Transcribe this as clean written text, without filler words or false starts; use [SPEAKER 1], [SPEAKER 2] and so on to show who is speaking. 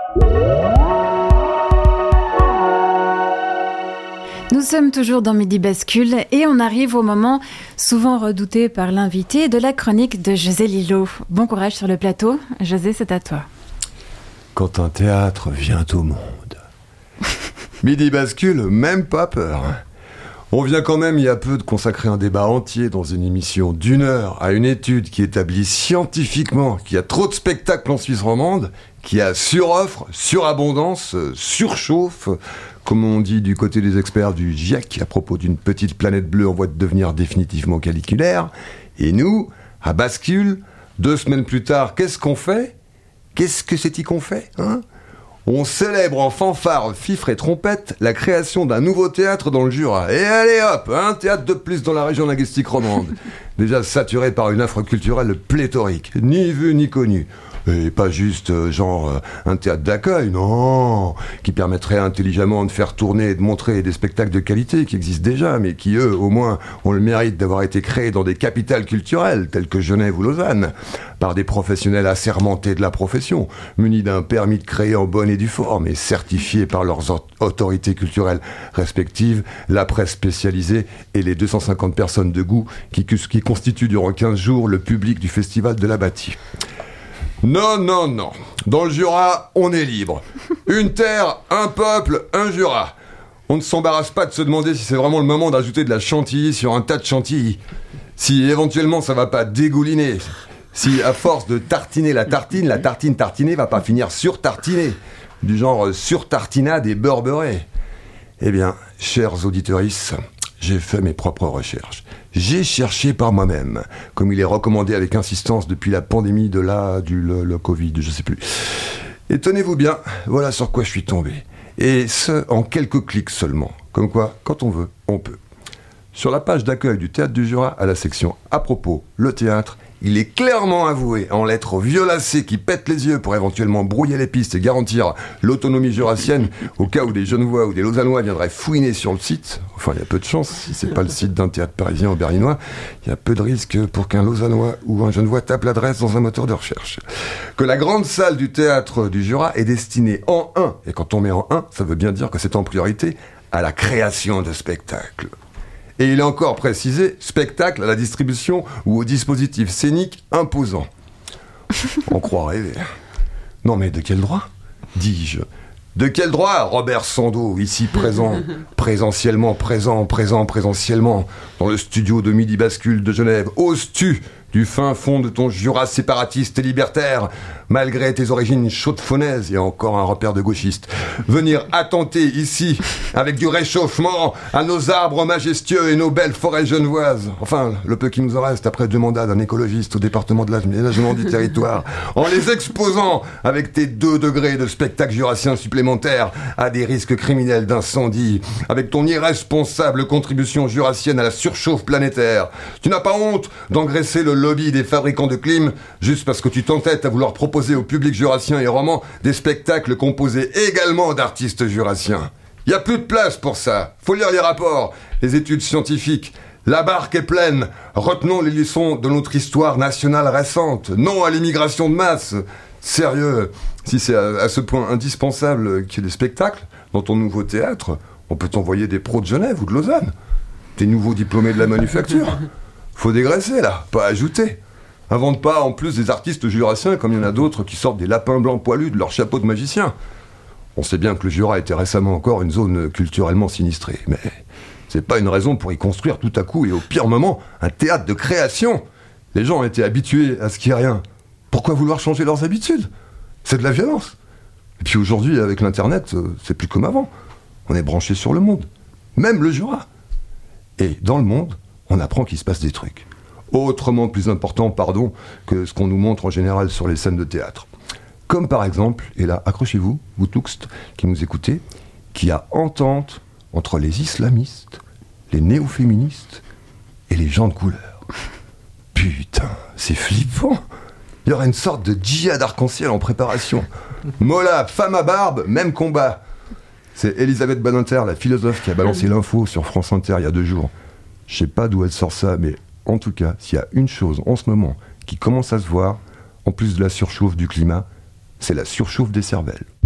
[SPEAKER 1] Nous sommes toujours dans Midi Bascule et on arrive au moment souvent redouté par l'invité de la chronique de José Lillo. Bon courage sur le plateau. José, c'est à toi.
[SPEAKER 2] Quand un théâtre vient au monde. Midi Bascule, même pas peur. On vient quand même il y a peu de consacrer un débat entier dans une émission d'1 heure à une étude qui établit scientifiquement qu'il y a trop de spectacles en Suisse romande, qu'il y a suroffre, surabondance, surchauffe, comme on dit du côté des experts du GIEC à propos d'une petite planète bleue en voie de devenir définitivement caliculaire. Et nous, à Bascule, 2 semaines plus tard, qu'est-ce qu'on fait ? Qu'est-ce que c'est-y qu'on fait, hein ? On célèbre en fanfare, fifre et trompette la création d'un nouveau théâtre dans le Jura. Et allez hop, un théâtre de plus dans la région linguistique romande. Déjà saturé par une offre culturelle pléthorique, ni vue ni connue. Et pas juste un théâtre d'accueil, non, qui permettrait intelligemment de faire tourner et de montrer des spectacles de qualité qui existent déjà, mais qui, eux, au moins, ont le mérite d'avoir été créés dans des capitales culturelles, telles que Genève ou Lausanne, par des professionnels assermentés de la profession, munis d'un permis de créer en bonne et due forme, et certifiés par leurs autorités culturelles respectives, la presse spécialisée et les 250 personnes de goût qui constituent durant 15 jours le public du Festival de la Bâtie. Non. Dans le Jura, on est libre. Une terre, un peuple, un Jura. On ne s'embarrasse pas de se demander si c'est vraiment le moment d'ajouter de la chantilly sur un tas de chantilly. Si éventuellement ça va pas dégouliner. Si à force de tartiner la tartine tartinée va pas finir sur-tartinée. Du genre sur-tartinade et beurre-beurré. Eh bien, chers auditeuristes, j'ai fait mes propres recherches. J'ai cherché par moi-même, comme il est recommandé avec insistance depuis la pandémie le Covid, je sais plus. Et tenez-vous bien, voilà sur quoi je suis tombé. Et ce, en quelques clics seulement. Comme quoi, quand on veut, on peut. Sur la page d'accueil du Théâtre du Jura, à la section « À propos, le théâtre », il est clairement avoué, en lettres violacées qui pètent les yeux pour éventuellement brouiller les pistes et garantir l'autonomie jurassienne au cas où des Genevois ou des Lausannois viendraient fouiner sur le site. Enfin, il y a peu de chance, si c'est pas le site d'un théâtre parisien ou berlinois, il y a peu de risques pour qu'un Lausannois ou un Genevois tape l'adresse dans un moteur de recherche. Que la grande salle du Théâtre du Jura est destinée en 1, et quand on met en 1, ça veut bien dire que c'est en priorité, à la création de spectacles. Et il est encore précisé, spectacle à la distribution ou au dispositif scénique imposant. On croit rêver. Non mais de quel droit, dis-je ? De quel droit, Robert Sando, ici présent, présentiellement, dans le studio de Midi Bascule de Genève, oses-tu, du fin fond de ton Jura séparatiste et libertaire, malgré tes origines chaude-faunaises et encore un repère de gauchiste, venir attenter ici, avec du réchauffement, à nos arbres majestueux et nos belles forêts genevoises, enfin, le peu qui nous en reste après 2 mandats d'un écologiste au département de l'aménagement du territoire, en les exposant avec tes 2 degrés de spectacle jurassien supplémentaires à des risques criminels d'incendie, avec ton irresponsable contribution jurassienne à la surchauffe planétaire. Tu n'as pas honte d'engraisser le lobby des fabricants de clim juste parce que tu t'entêtes à vouloir proposer au public jurassien et roman des spectacles composés également d'artistes jurassiens. Il n'y a plus de place pour ça. Faut lire les rapports, les études scientifiques. La barque est pleine. Retenons les leçons de notre histoire nationale récente. Non à l'immigration de masse. Sérieux, si c'est à ce point indispensable qu'il y ait des spectacles dans ton nouveau théâtre, on peut t'envoyer des pros de Genève ou de Lausanne. Des nouveaux diplômés de la manufacture. Faut dégraisser là, pas ajouter. Invente pas en plus des artistes jurassiens comme il y en a d'autres qui sortent des lapins blancs poilus de leur chapeau de magicien. On sait bien que le Jura était récemment encore une zone culturellement sinistrée, mais c'est pas une raison pour y construire tout à coup et au pire moment un théâtre de création. Les gens étaient habitués à ce qu'il n'y ait rien. Pourquoi vouloir changer leurs habitudes ? C'est de la violence. Et puis aujourd'hui, avec l'internet, c'est plus comme avant. On est branché sur le monde. Même le Jura. Et dans le monde, on apprend qu'il se passe des trucs. Autrement plus importants, que ce qu'on nous montre en général sur les scènes de théâtre. Comme par exemple, et là, accrochez-vous, vous tous qui nous écoutez, qu'il y a entente entre les islamistes, les néo-féministes et les gens de couleur. Putain, c'est flippant. Il y aurait une sorte de djihad arc-en-ciel en préparation. Molla, femme à barbe, même combat. C'est Elisabeth Badinter, la philosophe, qui a balancé l'info sur France Inter il y a 2 jours. Je sais pas d'où elle sort ça, mais en tout cas, s'il y a une chose en ce moment qui commence à se voir, en plus de la surchauffe du climat, c'est la surchauffe des cervelles.